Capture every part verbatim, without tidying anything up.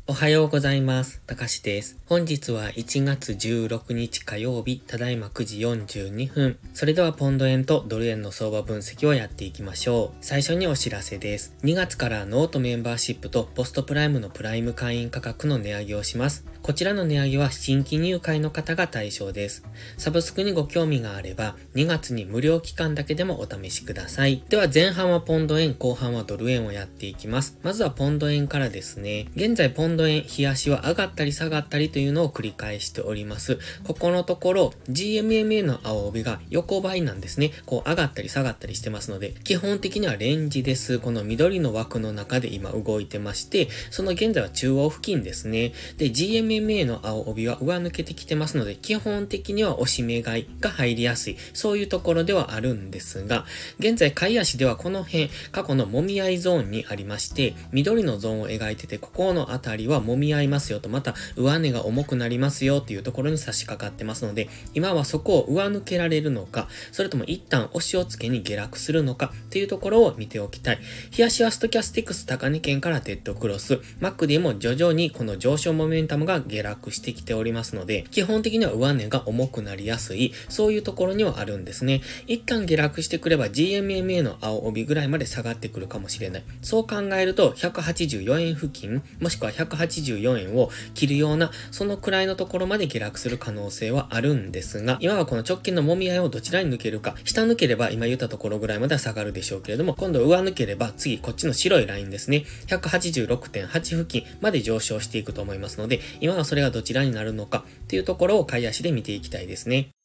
おはようございます。たかしです。本日はいちがつじゅうろくにち火曜日、ただいまくじよんじゅうにふん。それではポンド円とドル円の相場分析をやっていきましょう。最初にお知らせです。にがつからノートメンバーシップとポストプライムのプライム会員価格の値上げをします。こちらの値上げは新規入会の方が対象です。サブスクにご興味があれば、にがつに無料期間だけでもお試しください。では前半はポンド円、後半はドル円をやっていきます。まずはポンド円からですね。現在ポンド円、日足は上がったり下がったりというのを繰り返しております。ここのところ ジーエムエムエー の青帯が横ばいなんですね。こう上がったり下がったりしてますので、基本的にはレンジです。この緑の枠の中で今動いてまして、その現在は中央付近ですね。で、ジーエムエムエー の青帯は上抜けてきてますので、基本的には押し目買いが入りやすい、そういうところではあるんですが、現在買い足ではこの辺、過去の揉み合いゾーンにありまして、緑のゾーンを描いてて、ここのあたりは揉み合いますよと、また上値が重くなりますよっていうところに差し掛かってますので、今はそこを上抜けられるのか、それとも一旦押しをつけに下落するのかっていうところを見ておきたい。日足はストキャスティクス高値圏からデッドクロス、マック ディー も徐々にこの上昇モメンタムが下落してきておりますので、基本的には上値が重くなりやすい、そういうところにはあるんですね。一旦下落してくれば ジーエムエムエー の青帯ぐらいまで下がってくるかもしれない。そう考えるとひゃくはちじゅうよえん付近、もしくはひゃくはちじゅうよえんを切るような、そのくらいのところまで下落する可能性はあるんですが、今はこの直近の揉み合いをどちらに抜けるか、下抜ければ今言ったところぐらいまでは下がるでしょうけれども、今度上抜ければ次こっちの白いラインですね、ひゃくはちじゅうろくてんはち 付近まで上昇していくと思いますので、今はそれがどちらになるのかっていうところを買い足で見ていきたいですね。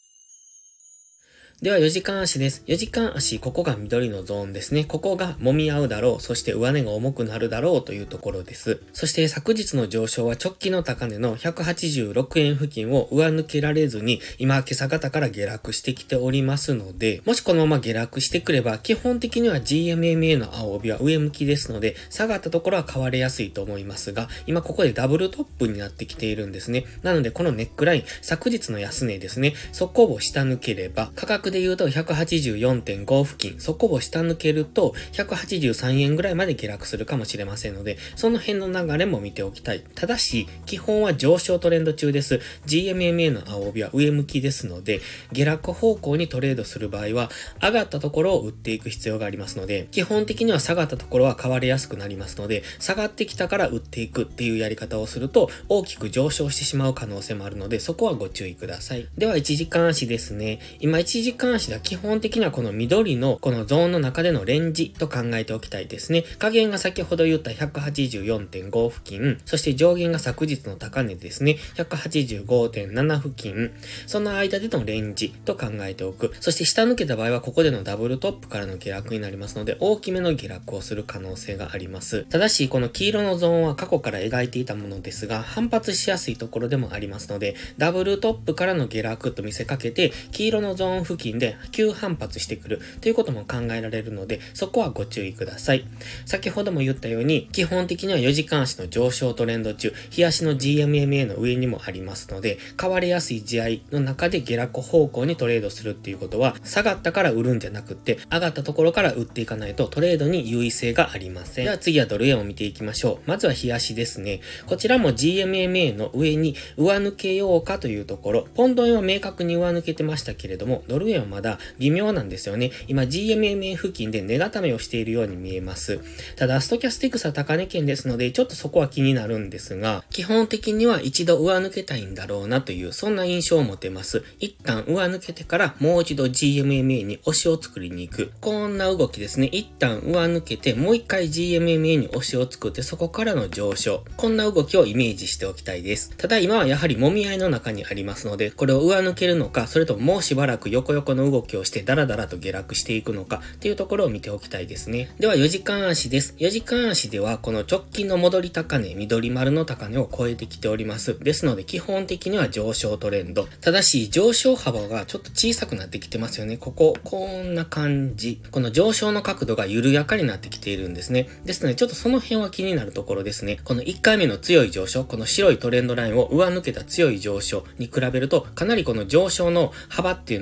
ではよじかん足です。よじかん足、ここが緑のゾーンですね。ここが揉み合うだろう。そして上値が重くなるだろうというところです。そして昨日の上昇は直近の高値のひゃくはちじゅうろくえん付近を上抜けられずに、今今朝方から下落してきておりますので、もしこのまま下落してくれば、基本的には ジーエムエムエー の青帯は上向きですので、下がったところは買われやすいと思いますが、今ここでダブルトップになってきているんですね。なのでこのネックライン、昨日の安値ですね。そこを下抜ければ、価格で言うと ひゃくはちじゅうよんてんご 付近、そこを下抜けるとひゃくはちじゅうさんえんぐらいまで下落するかもしれませんので、その辺の流れも見ておきたい。ただし、基本は上昇トレンド中です。ジーエムエムエー の青帯は上向きですので、下落方向にトレードする場合は、上がったところを売っていく必要がありますので、基本的には下がったところは買われやすくなりますので、下がってきたから売っていくっていうやり方をすると、大きく上昇してしまう可能性もあるので、そこはご注意ください。では、いちじかん足ですね。今、いちじかん足では基本的にはこの緑のこのゾーンの中でのレンジと考えておきたいですね。下限が先ほど言った ひゃくはちじゅうよんてんご 付近、そして上限が昨日の高値ですね。ひゃくはちじゅうごてんなな 付近、その間でのレンジと考えておく。そして下抜けた場合はここでのダブルトップからの下落になりますので、大きめの下落をする可能性があります。ただし、この黄色のゾーンは過去から描いていたものですが、反発しやすいところでもありますので、ダブルトップからの下落と見せかけて、黄色のゾーン付近で急反発してくるということも考えられるので、そこはご注意ください。先ほども言ったように、基本的にはよじかん足の上昇トレンド中、日足の ジーエムエムエー の上にもありますので、買われやすい試合の中で下落方向にトレードするっていうことは、下がったから売るんじゃなくって、上がったところから売っていかないとトレードに優位性がありません。では次はドル円を見ていきましょう。まずは日足ですね。こちらも ジーエムエムエー の上に上抜けようかというところ、ポンド円は明確に上抜けてましたけれども、ドル円はまだ微妙なんですよね。今 ジーエムエムエー 付近で値固めをしているように見えます。ただストキャスティクスは高値圏ですので、ちょっとそこは気になるんですが、基本的には一度上抜けたいんだろうなという、そんな印象を持てます。一旦上抜けてからもう一度 ジーエムエムエー に押しを作りに行く。こんな動きですね。一旦上抜けて、もう一回 ジーエムエムエー に押しを作って、そこからの上昇。こんな動きをイメージしておきたいです。ただ今はやはり揉み合いの中にありますので、これを上抜けるのか、それとももうしばらく横横の動きをしてダラダラと下落していくのかっていうところを見ておきたいですね。ではよじかん足です。よじかん足ではこの直近の戻り高値、緑丸の高値を超えてきております。ですので基本的には上昇トレンド。ただし上昇幅がちょっと小さくなってきてますよね。ここ、こんな感じ。この上昇の角度が緩やかになってきているんですね。ですのでちょっとその辺は気になるところですね。このいっかいめの強い上昇、この白いトレンドラインを上抜けた強い上昇に比べると、かなりこの上昇の幅っていうのが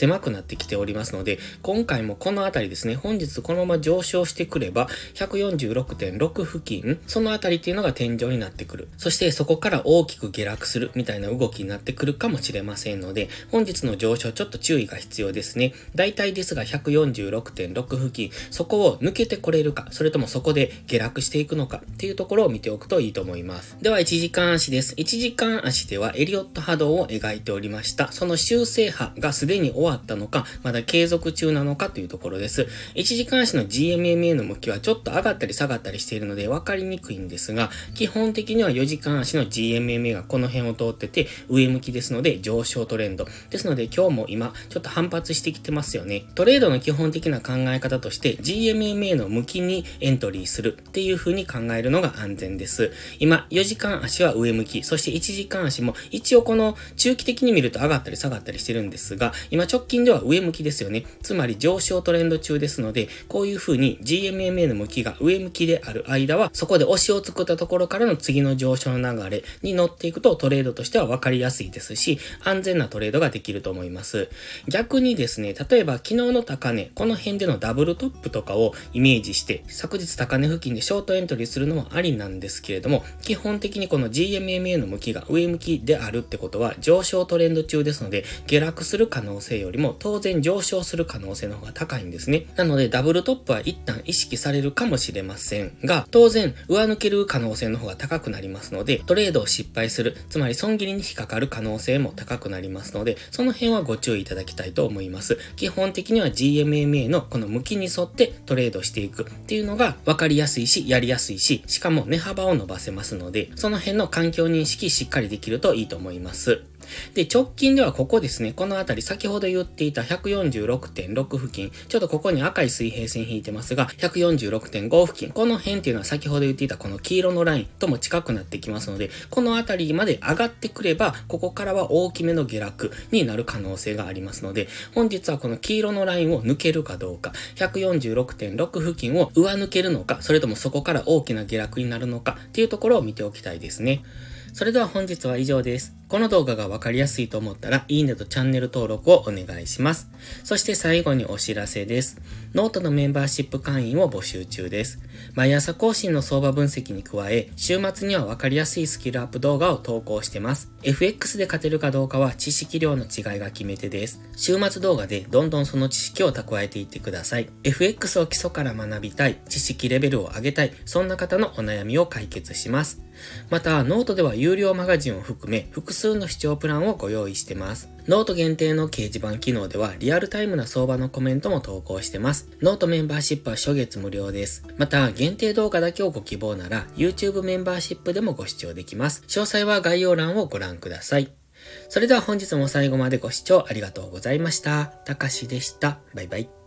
狭くなってきておりますので、今回もこのあたりですね、本日このまま上昇してくれば、ひゃくよんじゅうろくてんろく 付近、そのあたりっていうのが天井になってくる。そしてそこから大きく下落するみたいな動きになってくるかもしれませんので、本日の上昇ちょっと注意が必要ですね。大体ですがひゃくよんじゅうろくてんろく 付近、そこを抜けてこれるか、それともそこで下落していくのかっていうところを見ておくといいと思います。ではいちじかん足です。いちじかん足ではエリオット波動を描いておりました。その修正波がすでに終わったのか、まだ継続中なのかというところです。いちじかん足の ジーエムエムエー の向きはちょっと上がったり下がったりしているので分かりにくいんですが、基本的にはよじかん足の ジーエムエムエー がこの辺を通ってて上向きですので上昇トレンド。ですので今日も今ちょっと反発してきてますよね。トレードの基本的な考え方として ジーエムエムエー の向きにエントリーするっていう風に考えるのが安全です。今よじかん足は上向き、そしていちじかん足も一応この中期的に見ると上がったり下がったりしてるんですが、今直近では上向きですよね。つまり上昇トレンド中ですので、こういう風に ジーエムエムエー の向きが上向きである間は、そこで押しを作ったところからの次の上昇の流れに乗っていくとトレードとしては分かりやすいですし、安全なトレードができると思います。逆にですね、例えば昨日の高値、この辺でのダブルトップとかをイメージして、昨日高値付近でショートエントリーするのもありなんですけれども、基本的にこの ジーエムエムエー の向きが上向きであるってことは上昇トレンド中ですので、下落する可能性よりも当然上昇する可能性の方が高いんですね。なのでダブルトップは一旦意識されるかもしれませんが、当然上抜ける可能性の方が高くなりますので、トレードを失敗する、つまり損切りに引っかかる可能性も高くなりますので、その辺はご注意いただきたいと思います。基本的には ジーエムエムエー のこの向きに沿ってトレードしていくっていうのが分かりやすいし、やりやすいし、しかも値幅を伸ばせますので、その辺の環境認識しっかりできるといいと思います。で、直近ではここですね、このあたり先ほど言っていた ひゃくよんじゅうろくてんろく 付近、ちょっとここに赤い水平線引いてますが、ひゃくよんじゅうろくてんご 付近、この辺っていうのは先ほど言っていたこの黄色のラインとも近くなってきますので、このあたりまで上がってくれば、ここからは大きめの下落になる可能性がありますので、本日はこの黄色のラインを抜けるかどうか、ひゃくよんじゅうろくてんろく 付近を上抜けるのか、それともそこから大きな下落になるのかっていうところを見ておきたいですね。それでは本日は以上です。この動画がわかりやすいと思ったら、いいねとチャンネル登録をお願いします。そして最後にお知らせです。ノートのメンバーシップ会員を募集中です。毎朝更新の相場分析に加え、週末にはわかりやすいスキルアップ動画を投稿してます。エフエックス で勝てるかどうかは知識量の違いが決め手です。週末動画でどんどんその知識を蓄えていってください。エフエックス を基礎から学びたい、知識レベルを上げたい、そんな方のお悩みを解決します。また、ノートでは有料マガジンを含め複数の視聴プランをご用意してます。ノート限定の掲示板機能ではリアルタイムな相場のコメントも投稿してます。ノートメンバーシップは初月無料です。また、限定動画だけをご希望なら YouTube メンバーシップでもご視聴できます。詳細は概要欄をご覧ください。それでは本日も最後までご視聴ありがとうございました。たかしでした。バイバイ。